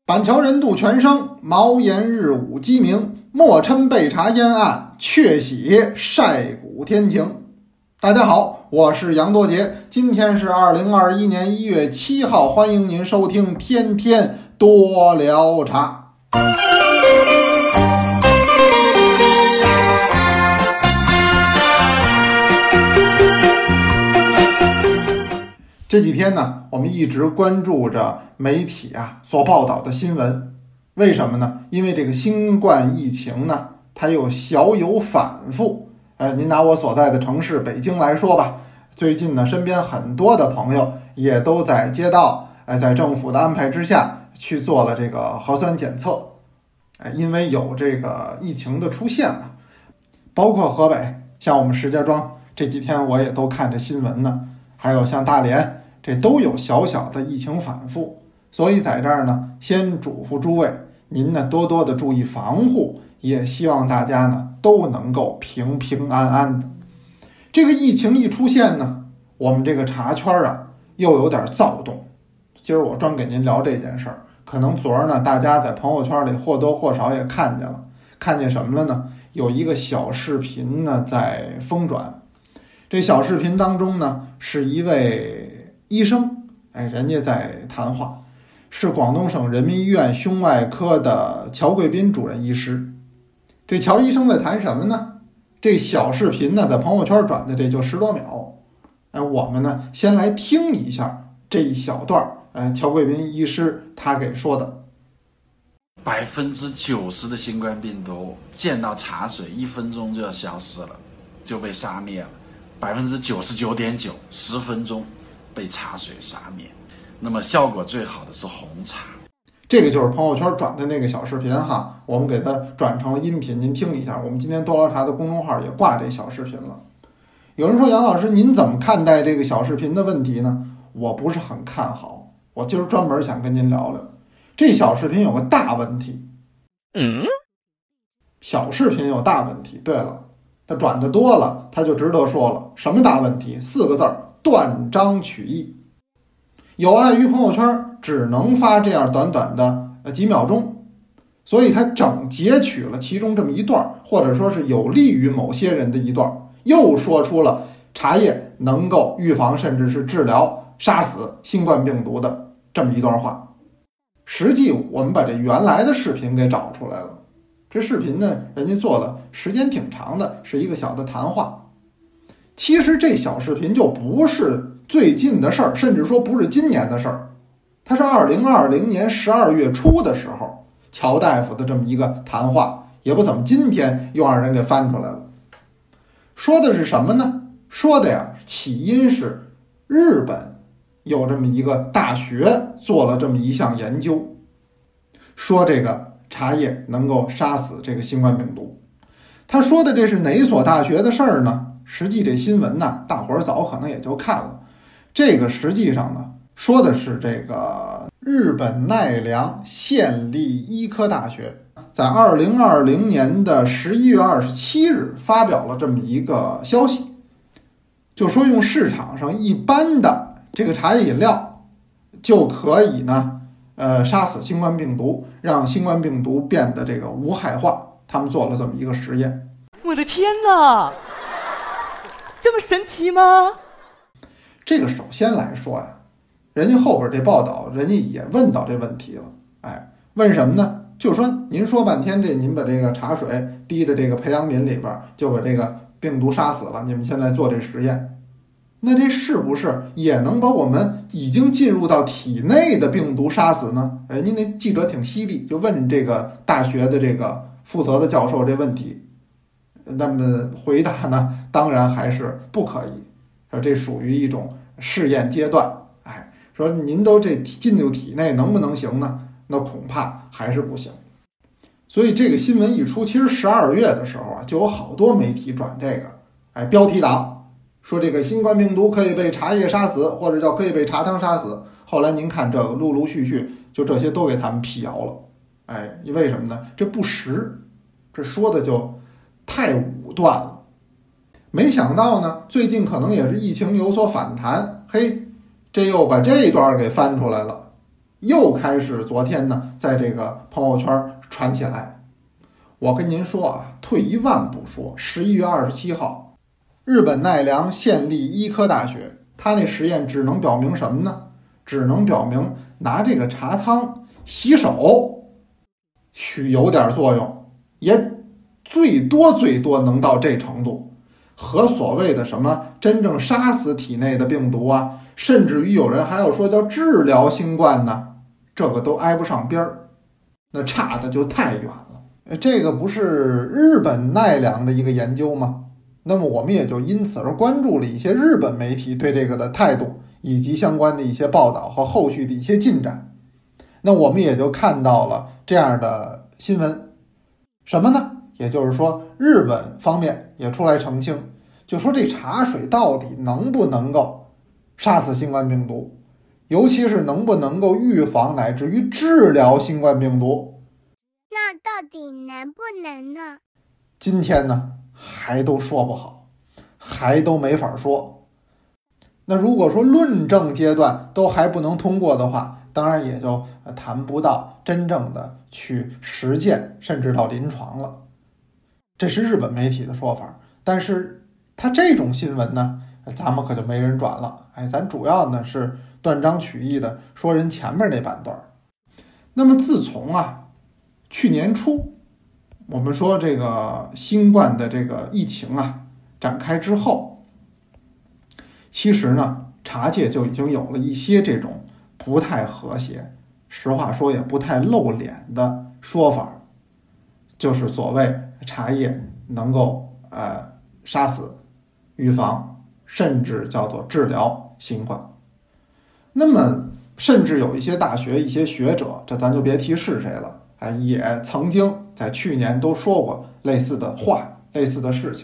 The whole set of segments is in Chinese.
板桥人渡全生，茅檐日午鸡鸣。莫嗔备茶烟暗，却喜晒谷天晴。大家好，我是杨多杰，今天是2021年1月7号，欢迎您收听天天多聊茶。这几天呢，我们一直关注着媒体所报道的新闻。为什么呢？因为这个新冠疫情呢，它又小有反复。您拿我所在的城市北京来说吧，最近呢，身边很多的朋友也都在街道，在政府的安排之下去做了这个核酸检测。因为有这个疫情的出现了，包括河北，像我们石家庄这几天我也都看着新闻呢，还有像大连，这都有小小的疫情反复。所以在这儿呢，先嘱咐诸位，您呢多多的注意防护，也希望大家呢都能够平平安安的。这个疫情一出现呢，我们这个茶圈又有点躁动。今儿我专给您聊这件事儿，可能昨儿呢大家在朋友圈里或多或少也看见了，看见什么了呢？有一个小视频呢在疯转。这小视频当中呢是一位医生，人家在谈话，是广东省人民医院胸外科的乔贵斌主任医师。这乔医生在谈什么呢？这小视频呢在朋友圈转的这就10多秒。我们呢先来听一下这一小段乔贵斌医师他给说的。 90%的新冠病毒见到茶水1分钟就要消失了，就被杀灭了。99.9%， 10分钟被茶水杀灭。那么效果最好的是红茶。这个就是朋友圈转的那个小视频哈，我们给它转成了音频，您听一下。我们今天多聊茶的公众号也挂这小视频了。有人说，杨老师您怎么看待这个小视频的问题呢？我不是很看好，我今儿专门想跟您聊聊这小视频有个大问题。小视频有大问题。对了，它转的多了，它就值得说了。什么大问题？4个字儿：断章取义。有碍于朋友圈只能发这样短短的几秒钟，所以他整截取了其中这么一段，或者说是有利于某些人的一段，又说出了茶叶能够预防甚至是治疗杀死新冠病毒的这么一段话。实际我们把这原来的视频给找出来了，这视频呢人家做了时间挺长的，是一个小的谈话。其实这小视频就不是最近的事儿，甚至说不是今年的事儿，它是2020年12月初的时候乔大夫的这么一个谈话，也不怎么今天又让人给翻出来了。说的是什么呢？说的起因是日本有这么一个大学做了这么一项研究，说这个茶叶能够杀死这个新冠病毒。他说的这是哪所大学的事儿呢？实际这新闻呢大伙儿早可能也就看了。这个实际上呢说的是这个日本奈良县立医科大学在2020年的11月27日发表了这么一个消息，就说用市场上一般的这个茶叶饮料就可以呢杀死新冠病毒，让新冠病毒变得这个无害化。他们做了这么一个实验。 我的天哪，这么神奇吗？ 这个首先来说人家后边这报道人家也问到这问题了。问什么呢？就是说您说半天您把这个茶水滴的这个培养皿里边就把这个病毒杀死了，你们现在做这实验，那这是不是也能把我们已经进入到体内的病毒杀死呢？人家那记者挺犀利，就问这个大学的这个负责的教授这问题。那么回答呢，当然还是不可以，说这属于一种试验阶段。说您都这进入体内能不能行呢？那恐怕还是不行。所以这个新闻一出，其实12月的时候就有好多媒体转这个，标题党说这个新冠病毒可以被茶叶杀死，或者叫可以被茶汤杀死。后来您看这个陆陆续续就这些都给他们辟谣了。为什么呢？这不实，这说的就太武断了。没想到呢，最近可能也是疫情有所反弹，这又把这一段给翻出来了。 又开始昨天呢在这个朋友圈传起来。我跟您说啊，退一万步说，11月27号，日本奈良县立医科大学，他那实验只能表明什么呢？只能表明拿这个茶汤洗手许有点作用，也最多能到这程度，和所谓的什么真正杀死体内的病毒啊，甚至于有人还要说叫治疗新冠呢，这个都挨不上边儿，那差的就太远了。这个不是日本奈良的一个研究吗？那么我们也就因此而关注了一些日本媒体对这个的态度，以及相关的一些报道和后续的一些进展。那我们也就看到了这样的新闻，什么呢？也就是说日本方面也出来澄清，就说这茶水到底能不能够杀死新冠病毒，尤其是能不能够预防乃至于治疗新冠病毒。 那到底能不能呢？ 今天呢还都说不好，还都没法说。那如果说论证阶段都还不能通过的话，当然也就谈不到真正的去实践，甚至到临床了。这是日本媒体的说法，但是他这种新闻呢，咱们可就没人转了。咱主要呢是断章取义的说人前面那半段。那么自从去年初我们说这个新冠的这个疫情展开之后，其实呢茶界就已经有了一些这种不太和谐，实话说也不太露脸的说法，就是所谓茶叶能够杀死、预防，甚至叫做治疗新冠。那么甚至有一些大学一些学者，这咱就别提是谁了，也曾经在去年都说过类似的话，类似的事情。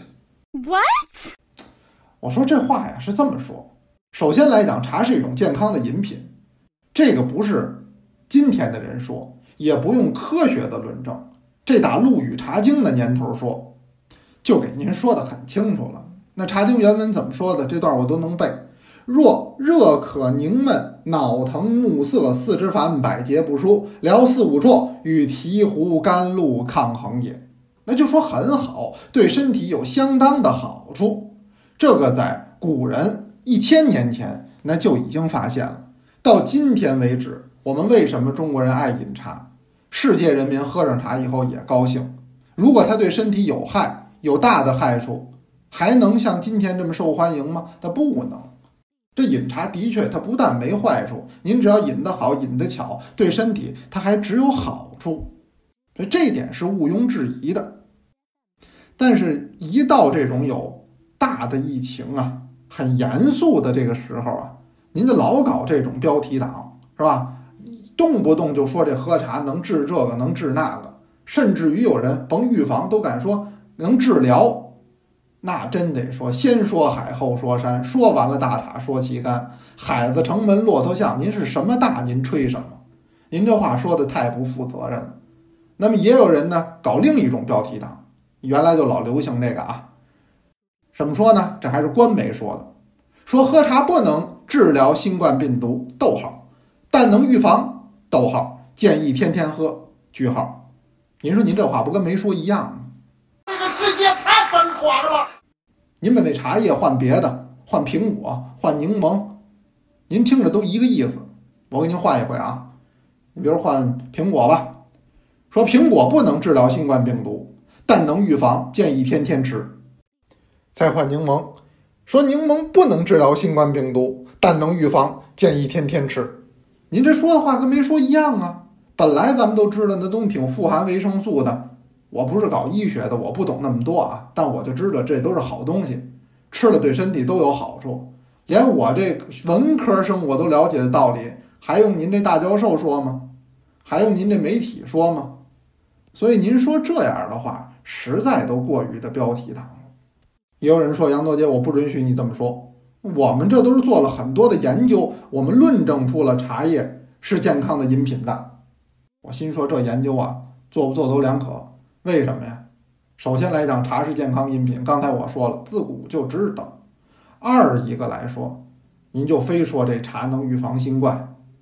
What？ 我说这话呀是这么说，首先来讲，茶是一种健康的饮品，这个不是今天的人说，也不用科学的论证，这打陆羽茶经的年头说，就给您说的很清楚了。那茶经原文怎么说的，这段我都能背。若热可凝闷，脑疼目涩，四肢烦，百节不舒，疗四五绰，与醍醐甘露抗衡也。那就说很好，对身体有相当的好处。这个在古人1000年前那就已经发现了。到今天为止，我们为什么中国人爱饮茶？世界人民喝上茶以后也高兴。如果它对身体有害，有大的害处，还能像今天这么受欢迎吗？它不能。这饮茶的确它不但没坏处，您只要饮得好，饮得巧，对身体它还只有好处，这一点是毋庸置疑的。但是一到这种有大的疫情很严肃的这个时候您就老搞这种标题党，是吧？动不动就说这喝茶能治这个能治那个，甚至于有人甭预防都敢说能治疗。那真得说，先说海后说山，说完了大塔说旗杆，海子城门骆驼巷，您是什么大您吹什么，您这话说的太不负责任了。那么也有人呢搞另一种标题党，原来就老流行这个怎么说呢？这还是官媒说的，说喝茶不能治疗新冠病毒，但能预防，建议天天喝，您说您这话不跟没说一样吗？ 这个世界太疯狂了。 您把那茶叶换别的，换苹果，换柠檬，您听着都一个意思。我给您换一回你比如换苹果吧，说苹果不能治疗新冠病毒，但能预防，建议天天吃。再换柠檬，说柠檬不能治疗新冠病毒，但能预防，建议天天吃。您这说的话跟没说一样本来咱们都知道那东西挺富含维生素的，我不是搞医学的，我不懂那么多但我就知道这都是好东西，吃了对身体都有好处。连我这文科生我都了解的道理，还用您这大教授说吗？还用您这媒体说吗？所以您说这样的话，实在都过于的标题党了。也有人说，杨多杰，我不允许你这么说，我们这都是做了很多的研究，我们论证出了茶叶是健康的饮品的。我心说这研究做不做都两可。为什么呀？首先来讲，茶是健康饮品，刚才我说了，自古就知道。二一个来说，您就非说这茶能预防新冠，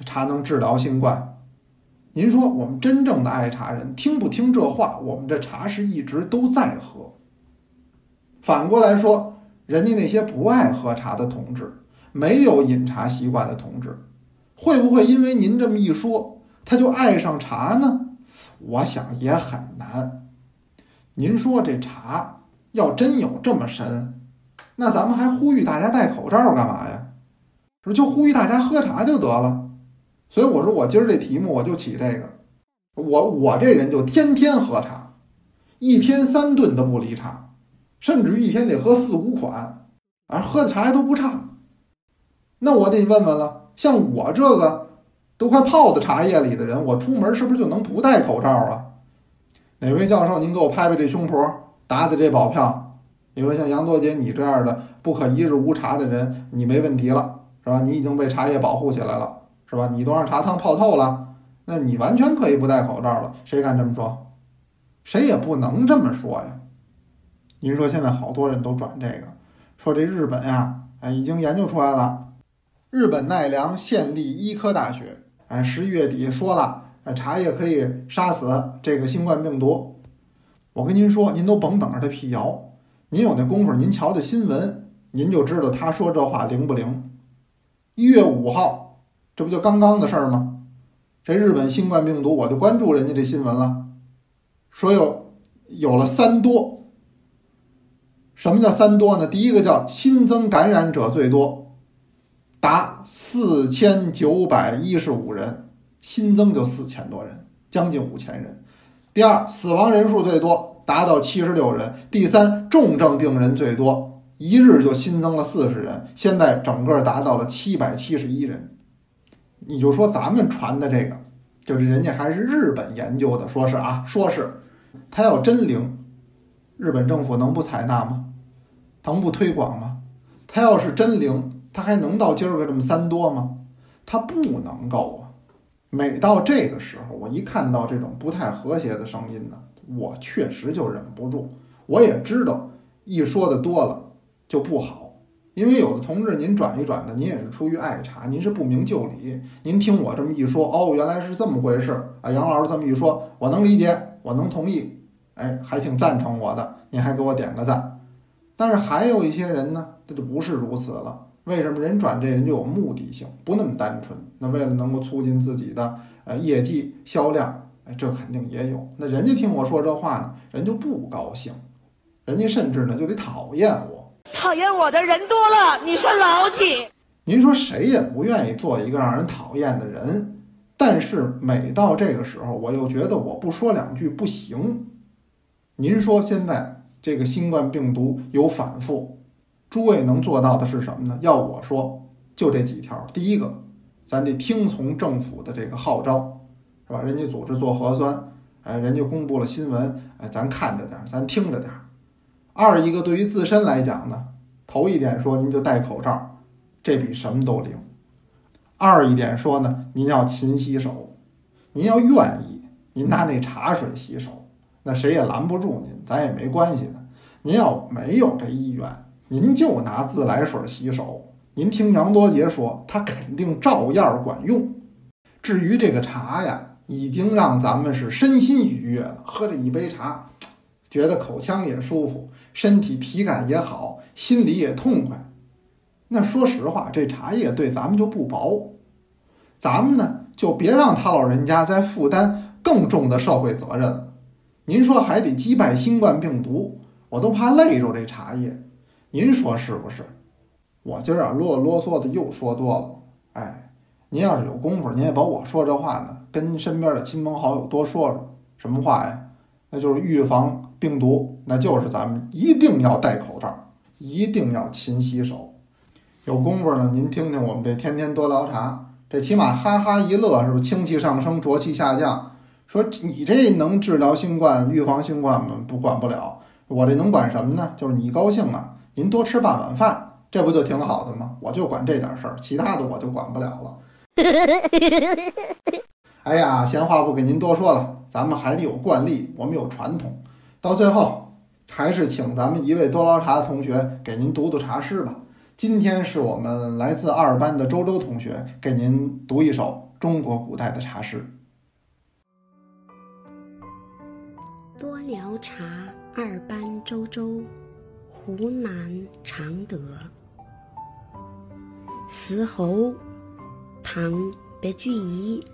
茶能治疗新冠。您说我们真正的爱茶人听不听这话？我们这茶是一直都在喝。反过来说，人家那些不爱喝茶的同志，没有饮茶习惯的同志，会不会因为您这么一说，他就爱上茶呢？我想也很难。您说这茶要真有这么神，那咱们还呼吁大家戴口罩干嘛呀？是不是就呼吁大家喝茶就得了？所以我说我今儿这题目我就起这个，我这人就天天喝茶，一天3顿都不离茶，甚至于一天得喝4、5款，而喝的茶还都不差。那我得问问了，像我这个都快泡在茶叶里的人，我出门是不是就能不戴口罩啊？哪位教授您给我拍拍这胸脯，打打这保票？你说像杨多杰你这样的不可一日无茶的人，你没问题了，是吧？你已经被茶叶保护起来了，是吧？你都让茶汤泡透了，那你完全可以不戴口罩了。谁敢这么说？谁也不能这么说呀。您说现在好多人都转这个，说这日本呀，已经研究出来了。日本奈良县立医科大学11月底说了，茶叶可以杀死这个新冠病毒。我跟您说，您都甭等着他辟谣，您有那功夫，您瞧瞧新闻，您就知道他说这话灵不灵。1月5号，这不就刚刚的事儿吗？这日本新冠病毒，我就关注人家这新闻了，说有了3多。什么叫3多呢？第一个叫新增感染者最多，达4915人，新增就4000多人，将近5000人。第二，死亡人数最多，达到76人。第三，重症病人最多，一日就新增了40人，现在整个达到了771人。你就说咱们传的这个，就是人家还是日本研究的，说是他要真灵，日本政府能不采纳吗？能不推广吗？他要是真灵，他还能到今儿个这么3多吗？他不能够啊。每到这个时候，我一看到这种不太和谐的声音呢，我确实就忍不住。我也知道一说的多了就不好，因为有的同志您转一转的，您也是出于爱茶，您是不明就里，您听我这么一说，哦，原来是这么回事啊！杨老师这么一说，我能理解，我能同意，还挺赞成我的，您还给我点个赞。但是还有一些人呢，这就不是如此了。为什么人转这人就有目的性，不那么单纯？那为了能够促进自己的业绩销量，这肯定也有。那人家听我说这话呢，人就不高兴，人家甚至呢就得讨厌我。 讨厌我的人多了，你说老几？ 您说谁也不愿意做一个让人讨厌的人，但是每到这个时候，我又觉得我不说2句不行。您说现在这个新冠病毒有反复，诸位能做到的是什么呢？要我说，就这几条。第一个，咱得听从政府的这个号召，是吧？人家组织做核酸，人家公布了新闻，咱看着点，咱听着点。二一个，对于自身来讲呢，头一点说您就戴口罩，这比什么都灵。二一点说呢，您要勤洗手，您要愿意，您拿那茶水洗手，那谁也拦不住您，咱也没关系的。您要没有这意愿，您就拿自来水洗手，您听杨多杰说，他肯定照样管用。至于这个茶呀，已经让咱们是身心愉悦了，喝这一杯茶，觉得口腔也舒服，身体体感也好，心里也痛快。那说实话，这茶叶对咱们就不薄，咱们呢就别让他老人家再负担更重的社会责任了。您说还得击败新冠病毒，我都怕累着这茶叶，您说是不是？我今儿啰嗦的又说多了，您要是有功夫，您也把我说这话呢，跟身边的亲朋好友多说说。什么话呀？那就是预防病毒，那就是咱们一定要戴口罩，一定要勤洗手。有功夫呢，您听听我们这天天多聊茶，这起码哈哈一乐，是不是清气上升，浊气下降？说你这能治疗新冠、预防新冠吗？不管不了。我这能管什么呢？就是你高兴啊，您多吃半碗饭，这不就挺好的吗？我就管这点事儿，其他的我就管不了了。哎呀，闲话不给您多说了，咱们还得有惯例，我们有传统。到最后，还是请咱们一位多聊茶的同学给您读读茶诗吧。今天是我们来自2班的周同学给您读一首中国古代的茶诗。 多聊茶二班周周，湖南常德。事后唐白居易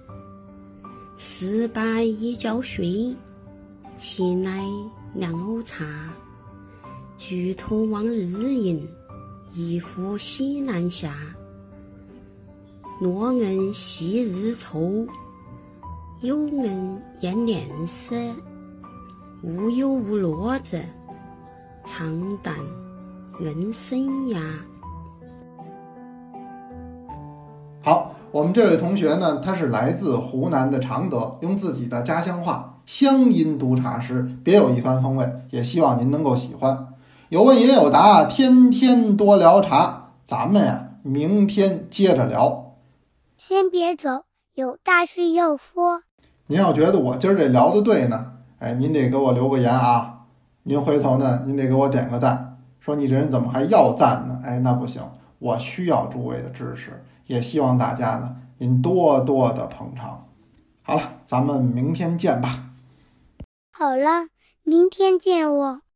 400一觉睡，其乃两瓯茶。举头望日影，一复西南下。落雁夕日抽，有雁咽莲色。无有无落者，长淡人生呀。 好，我们这位同学呢，他是来自湖南的常德，用自己的家乡话乡音读茶诗，别有一番风味，也希望您能够喜欢。有问也有答，天天多聊茶，咱们呀，明天接着聊。 先别走，有大事要说。 您要觉得我今儿这聊的对呢，您得给我留个言啊。您回头呢，您得给我点个赞，说你这人怎么还要赞呢？那不行，我需要诸位的支持，也希望大家呢，您多多的捧场。好了，咱们明天见吧。 好了，明天见哦。